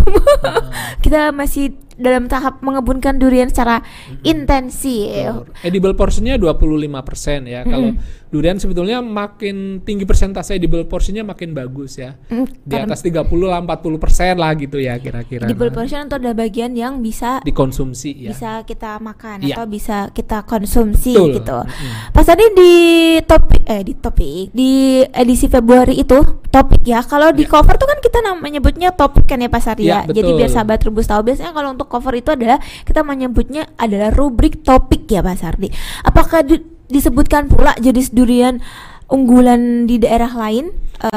kita masih dalam tahap mengebunkan durian secara intensif. Edible portionnya dua puluh lima persen ya. Kalau durian sebetulnya makin tinggi persentase edible portionnya makin bagus ya. Mm, Di karena atas tiga puluh lah, empat puluh persen lah gitu ya kira-kira. edible Nah, portion itu adalah bagian yang bisa dikonsumsi ya. bisa kita makan Iya. atau bisa kita konsumsi Betul. gitu. Mm-mm. Pas tadi di topik eh di topik di edisi Februari itu topik ya. Kalau di Iya. cover tuh kan kita nam- menyebutnya topik kan ya Pak Sardi Iya, ya. Jadi betul. biar sahabat Trubus tahu, biasanya kalau untuk cover itu adalah kita menyebutnya adalah rubrik topik ya Pak Sardi. Apakah di- disebutkan pula jenis durian unggulan di daerah lain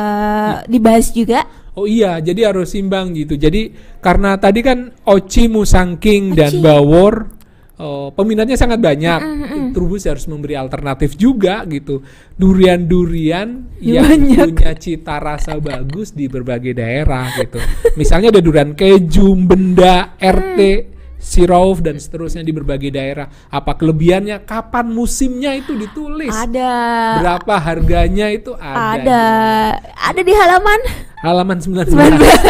uh, dibahas juga? Oh iya, jadi harus imbang gitu. Jadi karena tadi kan Oci, Musangking dan Oci. Bawor oh, peminatnya sangat banyak. Mm, mm, mm. Trubus harus memberi alternatif juga gitu. Durian-durian Ya, yang banyak. punya cita rasa bagus di berbagai daerah gitu. Misalnya ada durian keju, benda, R T, sirauf dan seterusnya di berbagai daerah. Apa kelebihannya? Kapan musimnya itu ditulis. Ada. Berapa harganya itu ada. Ada. Ada di halaman Halaman sembilan belas.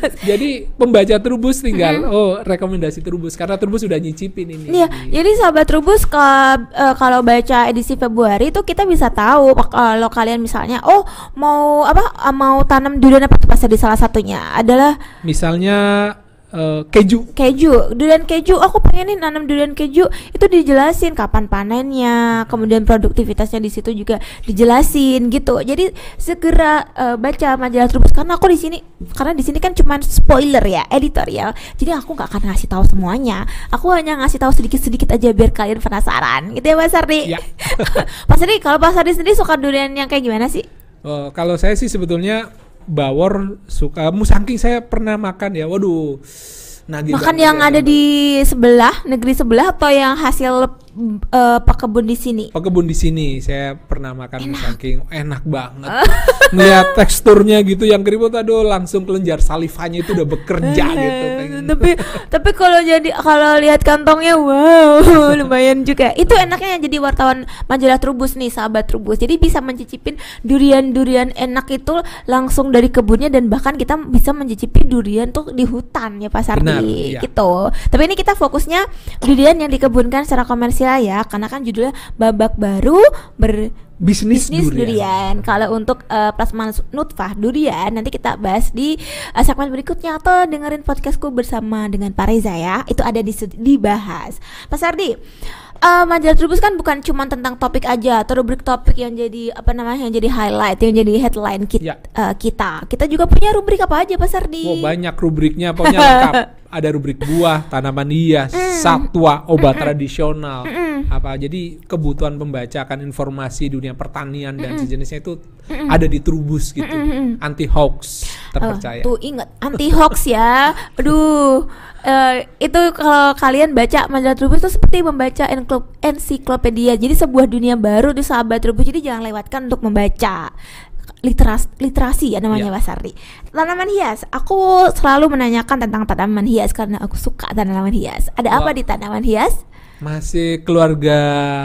Jadi pembaca Trubus tinggal oh rekomendasi Trubus karena Trubus sudah nyicipin ini. Iya, jadi sahabat Trubus ke, eh, kalau baca edisi Februari itu kita bisa tahu kalau kalian misalnya oh mau apa eh, mau tanam durian apa tuh, Pasar di salah satunya adalah Misalnya eh, keju. keju, durian keju. Aku pengen nih nanam durian keju, itu dijelasin kapan panennya, kemudian produktivitasnya di situ juga dijelasin gitu. Jadi segera eh, baca majalah Trubus karena aku di sini karena di sini kan cuman spoiler ya, editorial. Jadi aku nggak akan ngasih tahu semuanya. Aku hanya ngasih tahu sedikit-sedikit aja biar kalian penasaran. Gitu ya Mas Sardi. Ya. Mas Sardi, kalau Mas Sardi sendiri suka durian yang kayak gimana sih? Oh, kalau saya sih sebetulnya Bawor suka, Musangking saya pernah makan ya. Waduh. Nagih Makan banget yang ya. ada di sebelah, negeri sebelah atau yang hasil uh, pakebun di sini? Pekebun di sini saya pernah makan Musangking, enak banget. Melihat teksturnya gitu yang keriput, aduh langsung kelenjar salivanya itu udah bekerja gitu. pengen. tapi tapi kalau jadi kalau lihat kantongnya wow lumayan juga. Itu enaknya jadi wartawan majalah Trubus nih sahabat Trubus. Jadi bisa mencicipin durian-durian enak itu langsung dari kebunnya dan bahkan kita bisa mencicipi durian tuh di hutan ya Pak Sardi. Benar, iya. Gitu. Tapi ini kita fokusnya durian yang dikebunkan secara komersial ya, karena kan judulnya babak baru ber Bisnis, bisnis durian. durian. Kalau untuk uh, plasma nutfah durian nanti kita bahas di uh, segmen berikutnya atau dengerin podcastku bersama dengan Pak Reza ya. Itu ada di dibahas. Mas Sardi, uh, majalah Trubus kan bukan cuma tentang topik aja atau rubrik topik yang jadi apa namanya yang jadi highlight, yang jadi headline kita. Ya. uh, kita. Kita juga punya rubrik apa aja Pak Sardi? Oh, banyak rubriknya, pokoknya lengkap. Ada rubrik buah, tanaman hias, satwa, obat tradisional. Apa jadi kebutuhan pembaca akan informasi dunia pertanian dan sejenisnya itu ada di Trubus gitu. Anti hoax terpercaya. Oh, tuh ingat anti hoax ya. Aduh, eh, itu kalau kalian baca majalah Trubus itu seperti membaca enklo- ensiklopedia. Jadi sebuah dunia baru di sahabat Trubus. Jadi jangan lewatkan untuk membaca. Literas, literasi ya namanya Ya. Mas Sardi. Tanaman hias, aku selalu menanyakan tentang tanaman hias karena aku suka tanaman hias. Ada apa Wah. di tanaman hias? Masih keluarga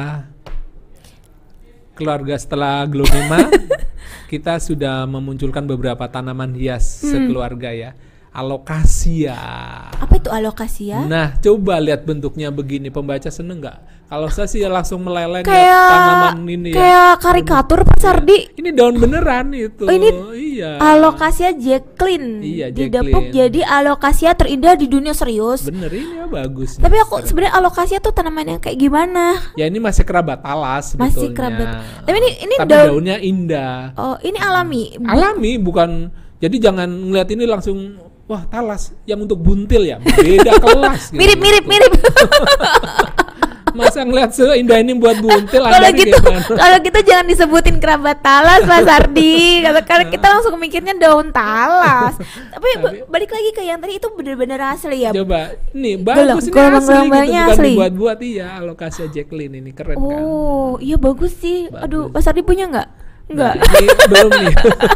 keluarga setelah Glonema. Kita sudah memunculkan beberapa tanaman hias sekeluarga ya. Alokasia. Apa itu alokasia? Nah, coba lihat bentuknya begini, pembaca seneng nggak? Kalau saya sih langsung meleleh lihat Kayak tanaman ini ya. kayak karikatur Pak Sardi. Ini daun beneran itu. Oh, ini iya. Alokasia Jacqueline. Iya, Didepuk Jacqueline. jadi alokasia terindah di dunia, serius. Bener ini ya bagus. Tapi nih. aku sebenarnya alokasia tuh tanaman yang kayak gimana? Ya ini masih kerabat talas sebetulnya. Masih kerabat. Tapi ini ini Tapi daun. daunnya indah. Oh, ini alami. Alami bukan. Jadi jangan ngeliat ini langsung wah talas yang untuk buntil ya. Beda kelas. gitu. Mirip mirip mirip. Masa ngeliat seindah ini buat buntil. Kalau gitu, kalau gitu jangan disebutin kerabat talas, Mas Ardi. Karena kita langsung mikirnya daun talas. Tapi, Tapi balik lagi ke yang tadi itu benar-benar asli ya. Coba, nih bagus ini asli gitu, bukan asli. Dibuat-buat iya. Alocasia Jacqueline ini keren oh, kan. Oh iya bagus sih. Bagus. Aduh, Mas Ardi punya nggak? Enggak. Nah, ini belum nih.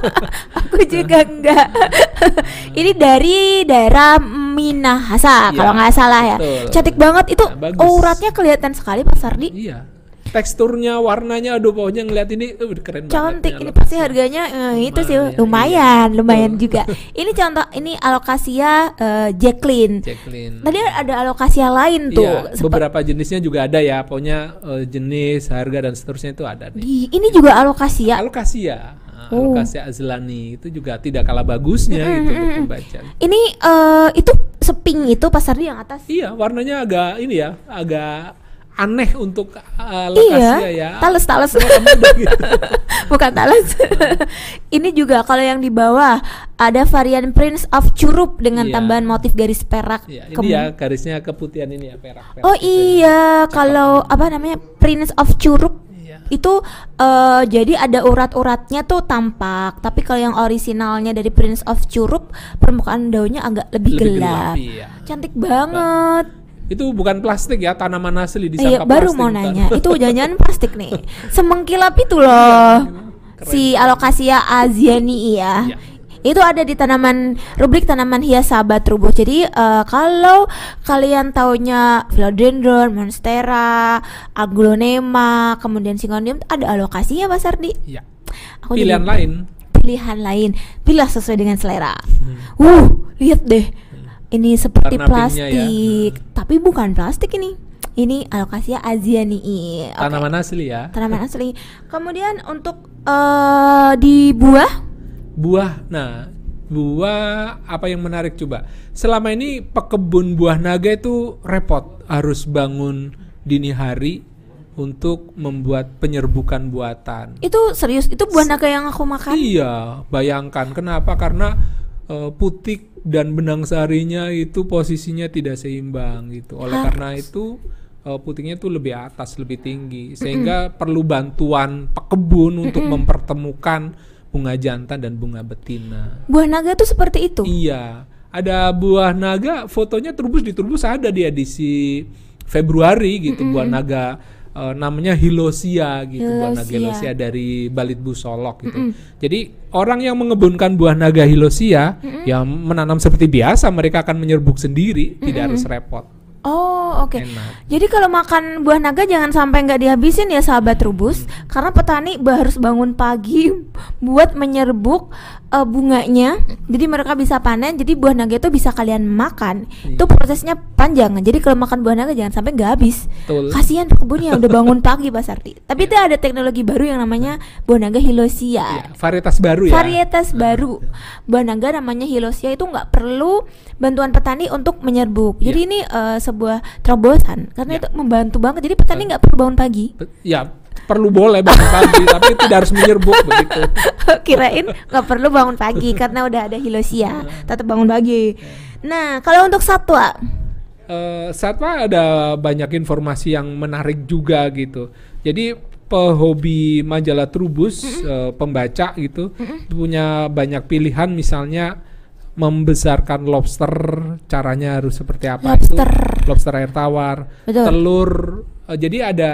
Aku juga enggak. Ini dari daerah Minahasa ya, kalau nggak salah ya. Betul. Cantik banget itu. Nah, uratnya kelihatan sekali Pak Sardi. Iya. Teksturnya, warnanya, aduh pokoknya ngeliat ini uh, keren cantik. banget. Ini pasti harganya eh, itu sih lumayan, iya. lumayan juga. Ini contoh ini Alocasia uh, Jacqueline. Jacqueline. Tadi ada Alocasia lain tuh. Iya, beberapa jenisnya juga ada ya. Pokoknya uh, jenis, harga dan seterusnya itu ada nih. Di, ini juga Alocasia. Alocasia. Oh. Alocasia azlani itu juga tidak kalah bagusnya mm-hmm. gitu untuk membaca. Ini uh, itu seping itu Pak Sardi yang atas. Iya, warnanya agak ini ya, agak aneh untuk uh, Alocasia iya, ya. Tales-tales. Gitu. Bukan tales. Ini juga kalau yang di bawah ada varian Prince of Curup dengan iya. tambahan motif garis perak. Iya, ini ya garisnya keputihan ini ya perak. perak oh iya, kalau apa namanya Prince of Curup iya. itu uh, jadi ada urat-uratnya tuh tampak. Tapi kalau yang orisinalnya dari Prince of Curup permukaan daunnya agak lebih, lebih gelap. gelap iya. Cantik banget. Bang. Itu bukan plastik ya, tanaman asli iya, disangka baru plastik. Baru mau nanya, itu jangan plastik nih. Semengkilap itu loh. Keren. Si Alocasia azianii ya. ya. Itu ada di tanaman rubrik tanaman hias sahabat Trubus. Jadi uh, kalau kalian taunya philodendron, monstera, aglonema, kemudian syngonium, ada Alocasia Pak Sardi. Iya. Aku pilihan lain. Pilihan lain. Pilih sesuai dengan selera. Hmm. Uh, lihat deh. Ini seperti karena plastik, ya. tapi bukan plastik ini. Ini Alocasia azianii. Okay. Tanaman asli ya. Tanaman asli. Kemudian untuk uh, di buah, buah. Nah, buah apa yang menarik coba? Selama ini pekebun buah naga itu repot, harus bangun dini hari untuk membuat penyerbukan buatan. Itu serius? Itu buah naga yang aku makan? Iya, bayangkan kenapa? Karena uh, putik dan benang sarinya itu posisinya tidak seimbang gitu. Oleh Harus. karena itu uh, putiknya itu lebih atas, lebih tinggi, sehingga mm-hmm. perlu bantuan pekebun mm-hmm. untuk mempertemukan bunga jantan dan bunga betina. Buah naga itu seperti itu? Iya, ada buah naga, fotonya Trubus di Trubus ada di edisi Februari gitu, mm-hmm. buah naga. Uh, namanya Hilosia gitu, Hilosia. Buah naga Hilosia dari Balitbu Solok gitu. Mm-hmm. Jadi orang yang mengebunkan buah naga Hilosia mm-hmm. yang menanam seperti biasa, mereka akan menyerbuk sendiri, mm-hmm. tidak harus repot. Oh oke. Okay. Jadi kalau makan buah naga jangan sampai nggak dihabisin ya sahabat Trubus, hmm. karena petani harus bangun pagi buat menyerbuk uh, bunganya. Jadi mereka bisa panen. Jadi buah naga itu bisa kalian makan. Iya. Itu prosesnya panjang. Jadi kalau makan buah naga jangan sampai nggak habis. Betul. Kasihan kebunnya udah bangun pagi Pak Sardi. Tapi itu ada teknologi baru yang namanya buah naga Hilosia. Iya, varietas baru ya. Varietas baru. Buah naga namanya Hilosia itu nggak perlu bantuan petani untuk menyerbuk. Jadi iya. ini uh, sebuah terobosan karena ya. itu membantu banget. Jadi petani nggak perlu bangun pagi. Ya perlu boleh bangun pagi, tapi tidak harus menyerbuk begitu. Kirain nggak perlu bangun pagi karena udah ada Hilosia, tetap bangun pagi. Nah kalau untuk satwa, uh, satwa ada banyak informasi yang menarik juga gitu. Jadi pehobi majalah Trubus, mm-hmm. uh, pembaca gitu, mm-hmm. punya banyak pilihan. Misalnya membesarkan lobster, caranya harus seperti apa? Lobster. Itu lobster air tawar. Betul. Telur. Uh, jadi ada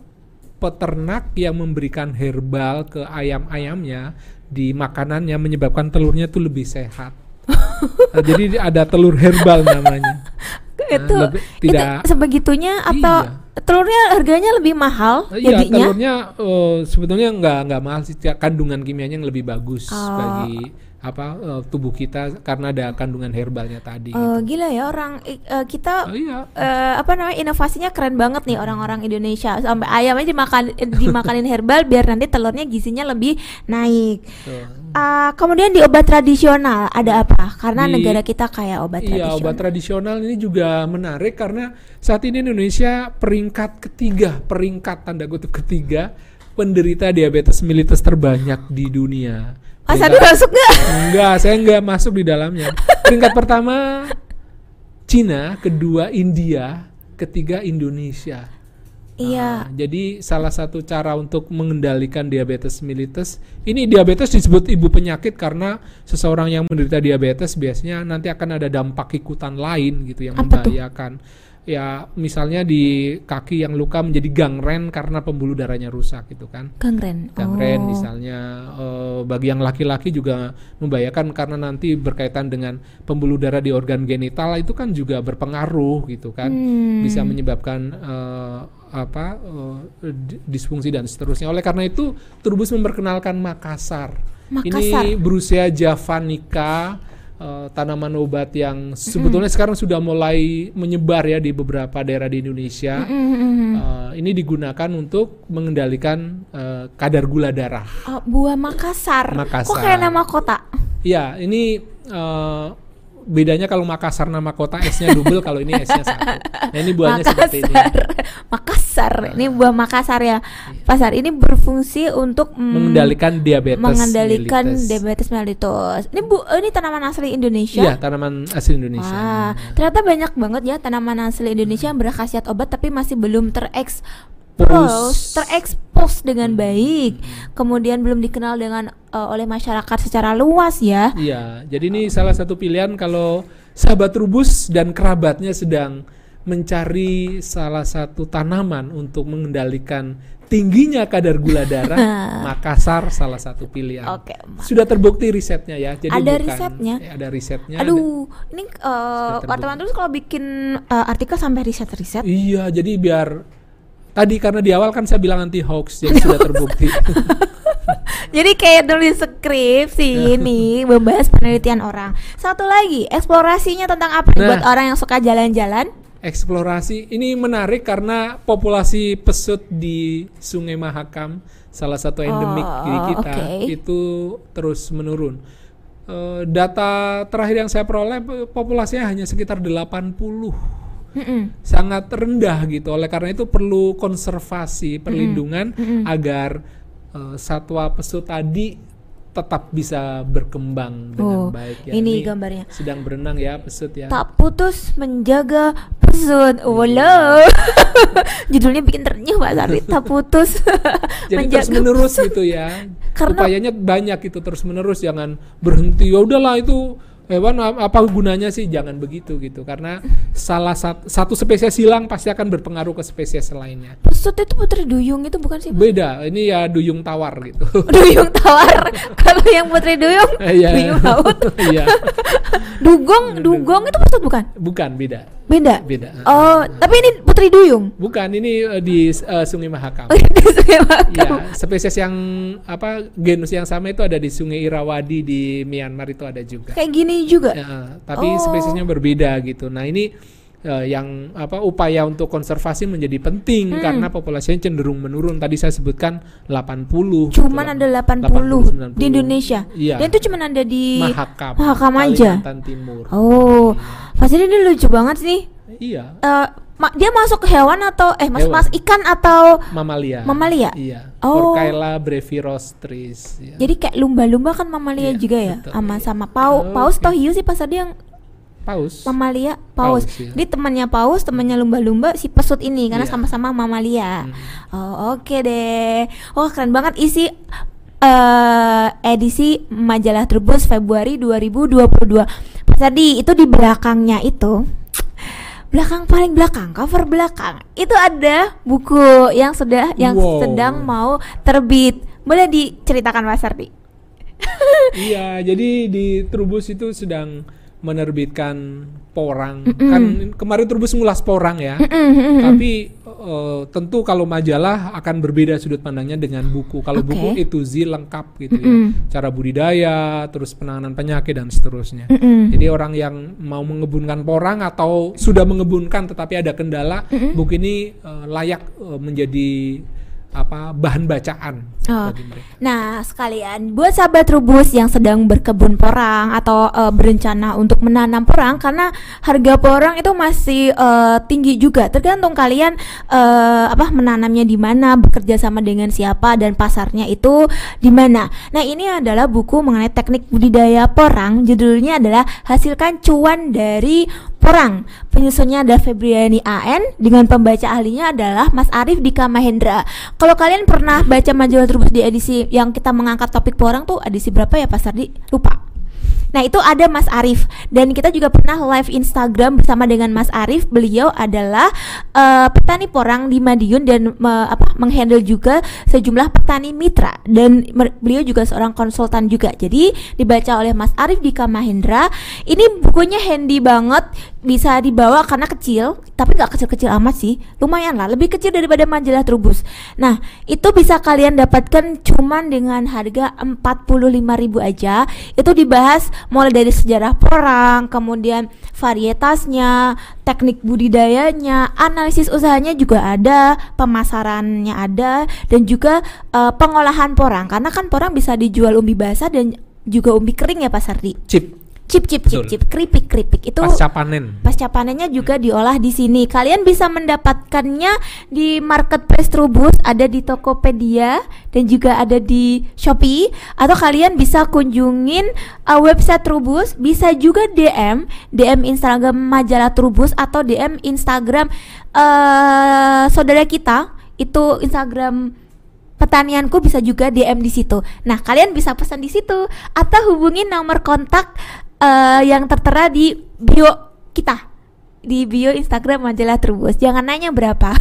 peternak yang memberikan herbal ke ayam-ayamnya di makanannya, menyebabkan telurnya tuh lebih sehat. uh, jadi ada telur herbal namanya. Itu, nah, lebih, tidak, itu sebegitunya atau iya. telurnya harganya lebih mahal? Uh, iya, jadinya? telurnya uh, sebetulnya nggak nggak mahal sih, kandungan kimianya yang lebih bagus oh. bagi apa uh, tubuh kita karena ada kandungan herbalnya tadi. Oh gitu. Gila ya orang uh, kita oh, iya. uh, apa namanya inovasinya keren banget nih orang-orang Indonesia, sampai ayamnya dimakan dimakanin herbal biar nanti telurnya gizinya lebih naik. Uh, kemudian di obat tradisional ada apa? Karena di, negara kita kaya obat iya, tradisional. Iya obat tradisional ini juga menarik karena saat ini Indonesia peringkat ketiga, peringkat tanda kutip ketiga penderita diabetes mellitus terbanyak di dunia. Mas Adi masuk gak? Enggak, saya enggak masuk di dalamnya. Peringkat pertama Cina, kedua India, ketiga Indonesia. Iya. Nah, jadi salah satu cara untuk mengendalikan diabetes mellitus, ini diabetes disebut ibu penyakit karena seseorang yang menderita diabetes biasanya nanti akan ada dampak ikutan lain gitu yang Apa membahayakan. Tuh? Ya misalnya di kaki yang luka menjadi gangren karena pembuluh darahnya rusak gitu kan. Gangren. Gangren oh. misalnya uh, bagi yang laki-laki juga membahayakan karena nanti berkaitan dengan pembuluh darah di organ genital itu kan juga berpengaruh gitu kan. Hmm. Bisa menyebabkan uh, apa uh, disfungsi dan seterusnya. Oleh karena itu Trubus memperkenalkan Makassar. Makassar. Ini Brucea javanica, uh, tanaman obat yang sebetulnya mm-hmm. sekarang sudah mulai menyebar ya di beberapa daerah di Indonesia. Mm-hmm. Uh, ini digunakan untuk mengendalikan uh, kadar gula darah. Oh, buah Makassar. Makassar. Kok kayak nama kota? Ya, ini uh, bedanya kalau Makassar nama kota S-nya double, kalau ini S-nya satu. Nah, ini buahnya Makassar. seperti ini. Makassar. Nah. Ini buah Makassar ya. Iya. Pasar ini berfungsi untuk mm, mengendalikan diabetes mengendalikan mellitus. diabetes mellitus. Ini bu ini tanaman asli Indonesia. Iya, tanaman asli Indonesia. Wah, ternyata banyak banget ya tanaman asli Indonesia yang berkhasiat obat tapi masih belum terekspos terekspos dengan baik, kemudian belum dikenal dengan uh, oleh masyarakat secara luas ya. Iya, jadi ini salah satu pilihan kalau sahabat Trubus dan kerabatnya sedang mencari salah satu tanaman untuk mengendalikan tingginya kadar gula darah, Makassar salah satu pilihan. Oke, sudah terbukti risetnya ya. Jadi ada bukan, risetnya. Ya, ada risetnya. Aduh, ada, ini uh, wartawan terus kalau bikin uh, artikel sampai riset-riset. Iya, jadi biar tadi karena di awal kan saya bilang anti hoax, jadi sudah terbukti. Jadi kayak tulis skrip sih ini membahas penelitian orang. Satu lagi, eksplorasinya tentang apa nah, buat orang yang suka jalan-jalan? Eksplorasi ini menarik karena populasi pesut di Sungai Mahakam, salah satu endemik oh, di kita, okay. itu terus menurun. Uh, data terakhir yang saya peroleh populasinya hanya sekitar delapan puluh. Mm-mm. Sangat rendah gitu. Oleh karena itu perlu konservasi, perlindungan Mm-mm. agar uh, satwa pesut tadi tetap bisa berkembang dengan oh, baik ya. Ini, ini gambarnya. Sedang berenang ya pesut ya. Tak putus menjaga pesut. Walau. Judulnya bikin ternyuh Pak Sardi. Tak putus. Jadi terus menerus pesut. Gitu ya. Karena upayanya banyak itu terus menerus, jangan berhenti. Ya udahlah itu hewan apa gunanya sih, jangan begitu gitu, karena salah satu, satu spesies hilang pasti akan berpengaruh ke spesies lainnya. Pesut itu putri duyung itu bukan sih? Beda, ini ya duyung tawar gitu. Duyung tawar. Kalau yang putri duyung, duyung laut. Iya. Dugong, dugong itu pesut bukan? Bukan, beda. Beda. Beda. Oh, tapi ini putri duyung. Bukan, ini uh, di uh, Sungai Mahakam. Oh, di Sungai Mahakam. Ya, spesies yang apa genus yang sama itu ada di Sungai Irrawaddy di Myanmar, itu ada juga. Kayak gini juga. Ya, tapi oh. spesiesnya berbeda gitu. Nah, ini uh, yang apa upaya untuk konservasi menjadi penting hmm. karena populasinya cenderung menurun. Tadi saya sebutkan delapan puluh. Cuman gitu, ada delapan puluh, delapan puluh di Indonesia. Iya. Dan itu cuman ada di Mahakam. Mahakam aja. Kalimantan Timur. Oh. Pasti ini lucu banget sih. Iya. Uh, ma- dia masuk ke hewan atau eh masuk mas ikan atau mamalia? Mamalia. Iya. Oh. Porcaila brevirostris. Ya. Jadi kayak lumba-lumba kan mamalia iya, juga ya. Sama sama pau, oh, paus okay. Atau hiu sih pas tadi yang paus. Mamalia, paus. paus ya. Dia temannya paus, temannya lumba-lumba si pesut ini karena iya. Sama-sama mamalia. Hmm. Oh, oke okay deh. Oh, keren banget isi uh, edisi majalah Trubus Februari dua ribu dua puluh dua. Pas tadi itu di belakangnya itu belakang paling belakang, cover belakang itu ada buku yang sudah yang wow. sedang mau terbit. Boleh diceritakan Mas Sardi? Iya, jadi di Trubus itu sedang menerbitkan porang. Mm-mm. Kan kemarin Trubus ngulas porang ya. Mm-mm. Tapi uh, tentu kalau majalah akan berbeda sudut pandangnya dengan buku. Kalau okay. buku itu Z lengkap gitu Mm-mm. ya. Cara budidaya, terus penanganan penyakit dan seterusnya. Mm-mm. Jadi orang yang mau mengebunkan porang atau sudah mengebunkan tetapi ada kendala, Mm-mm. buku ini uh, layak uh, menjadi apa bahan bacaan oh. bagi mereka. Nah, sekalian buat sahabat Trubus yang sedang berkebun porang atau uh, berencana untuk menanam porang, karena harga porang itu masih uh, tinggi juga. Tergantung kalian uh, apa menanamnya di mana, bekerja sama dengan siapa, dan pasarnya itu di mana. Nah, ini adalah buku mengenai teknik budidaya porang. Judulnya adalah Hasilkan Cuan dari Porang. Penyusunnya ada Febriani A N dengan pembaca ahlinya adalah Mas Arief Dika Mahendra. Kalau kalian pernah baca majalah Trubus di edisi yang kita mengangkat topik porang tuh edisi berapa ya Pak Sardi? Lupa. Nah, itu ada Mas Arief, dan kita juga pernah live Instagram bersama dengan Mas Arief. Beliau adalah uh, petani porang di Madiun dan uh, apa menghandle juga sejumlah petani mitra, dan mer- beliau juga seorang konsultan juga. Jadi dibaca oleh Mas Arief Dika Mahendra. Ini bukunya handy banget, bisa dibawa karena kecil, tapi gak kecil-kecil amat sih, lumayan lah, lebih kecil daripada majalah Trubus. Nah, itu bisa kalian dapatkan cuman dengan harga empat puluh lima ribu aja. Itu dibahas mulai dari sejarah porang, kemudian varietasnya, teknik budidayanya, analisis usahanya juga ada, pemasarannya ada, dan juga uh, pengolahan porang. Karena kan porang bisa dijual umbi basah dan juga umbi kering ya Pak Sardi. Chip. Chip chip chip chip keripik keripik itu pasca panen. Pasca panennya juga diolah di sini. Kalian bisa mendapatkannya di marketplace Trubus, ada di Tokopedia dan juga ada di Shopee, atau kalian bisa kunjungin uh, website Trubus, bisa juga D M D M Instagram majalah Trubus atau D M Instagram uh, saudara kita, itu Instagram Petanianku, bisa juga D M di situ. Nah, kalian bisa pesan di situ atau hubungi nomor kontak uh, yang tertera di bio kita, di bio Instagram majalah Trubus. Jangan nanya berapa.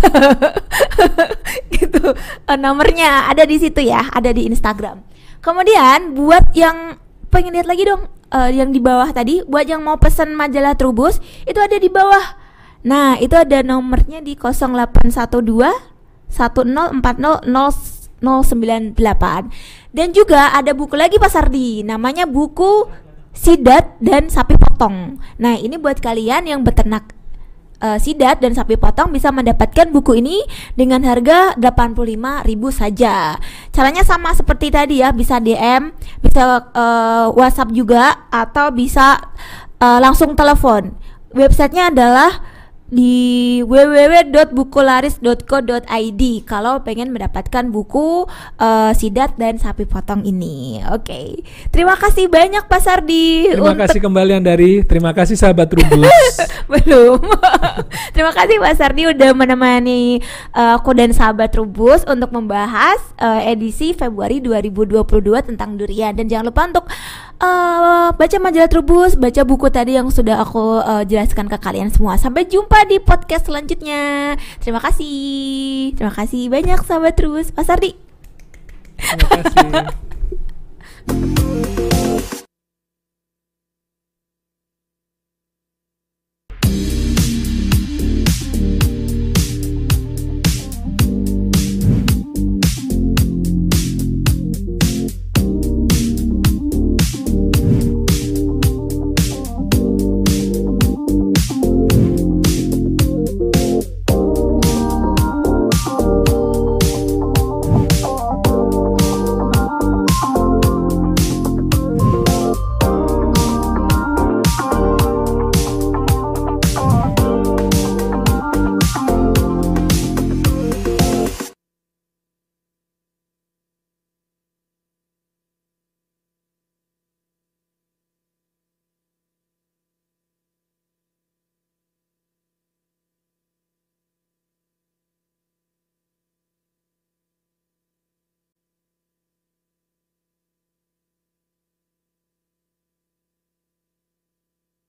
Gitu. Uh, nomornya ada di situ ya, ada di Instagram. Kemudian buat yang pengen lihat lagi dong, uh, yang di bawah tadi, buat yang mau pesan majalah Trubus, itu ada di bawah. Nah, itu ada nomornya di nol delapan satu dua satu nol empat nol nol nol sembilan delapan. Dan juga ada buku lagi Pak Sardi, namanya buku Sidat dan Sapi Potong. Nah, ini buat kalian yang beternak uh, sidat dan sapi potong bisa mendapatkan buku ini dengan harga delapan puluh lima ribu saja. Caranya sama seperti tadi ya, bisa D M, bisa uh, WhatsApp juga, atau bisa uh, langsung telepon. Websitenya adalah di w w w dot bukularis dot co dot i d kalau pengen mendapatkan buku uh, Sidat dan Sapi Potong ini. Oke, okay. Terima kasih banyak Pak Sardi. Terima untuk... kasih kembali dari terima kasih sahabat Trubus. Belum. Terima kasih Pak Sardi udah menemani uh, aku dan sahabat Trubus untuk membahas uh, edisi Februari dua ribu dua puluh dua tentang durian. Dan jangan lupa untuk uh, baca majalah Trubus, baca buku tadi yang sudah aku uh, jelaskan ke kalian semua. Sampai jumpa di podcast selanjutnya. Terima kasih. Terima kasih banyak sahabat Trubus. Pak Sardi. Terima kasih.